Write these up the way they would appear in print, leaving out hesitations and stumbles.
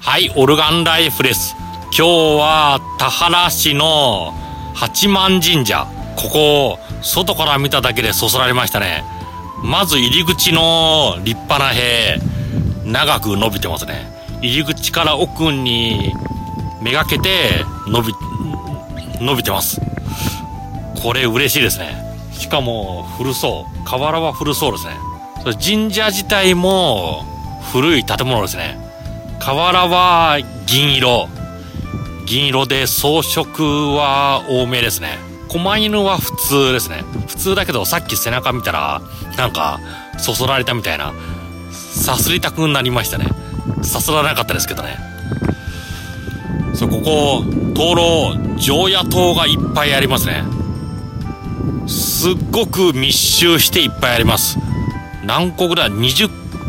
はい、オルガンライフです。今日は田原市の八幡神社、ここ外から見ただけでそそられましたね。まず入り口の立派な塀、長く伸びてますね。入り口から奥にめがけて伸びてます。これ嬉しいですね。しかも古そう、瓦は古そうですね。神社自体も古い建物ですね。瓦は銀色で装飾は多めですね。狛犬は普通ですね。普通だけどさっき背中見たらなんかそそられたみたいな、さすりたくなりましたね。さすらなかったですけどね。ここ灯籠常夜灯がいっぱいありますね。すっごく密集していっぱいあります。何個ぐらい20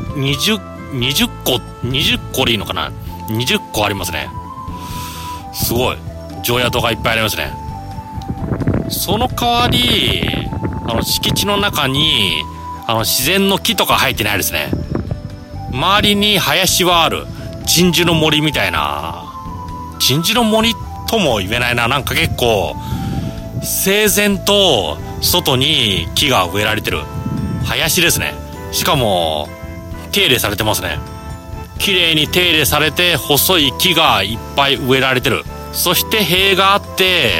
個でいいのかな。20個ありますね。すごい常夜灯がいっぱいありますね。その代わり敷地の中に自然の木とか生えてないですね。周りに林はある。鎮守の森みたいな、鎮守の森とも言えないな。なんか結構整然と外に木が植えられてる林ですね。しかも手入れされてますね。綺麗に手入れされて細い木がいっぱい植えられてる。そして塀があって、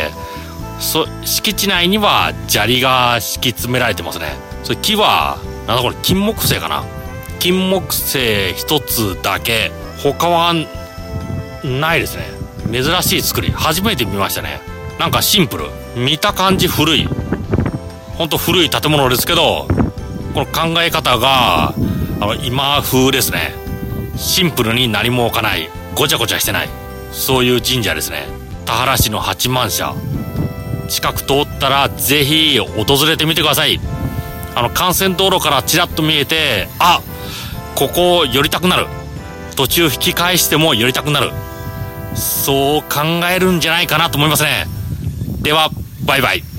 敷地内には砂利が敷き詰められてますね。木はなんだこれ、金木犀かな。金木犀一つだけ、他はないですね。珍しい作り、初めて見ましたね。なんかシンプル、見た感じ古い、ほんと古い建物ですけど、この考え方が今風ですね。シンプルに何も置かない、ごちゃごちゃしてない、そういう神社ですね。田原市の八幡社、近く通ったらぜひ訪れてみてください。幹線道路からちらっと見えて、あ、ここ寄りたくなる、途中引き返しても寄りたくなる、そう考えるんじゃないかなと思いますね。ではバイバイ。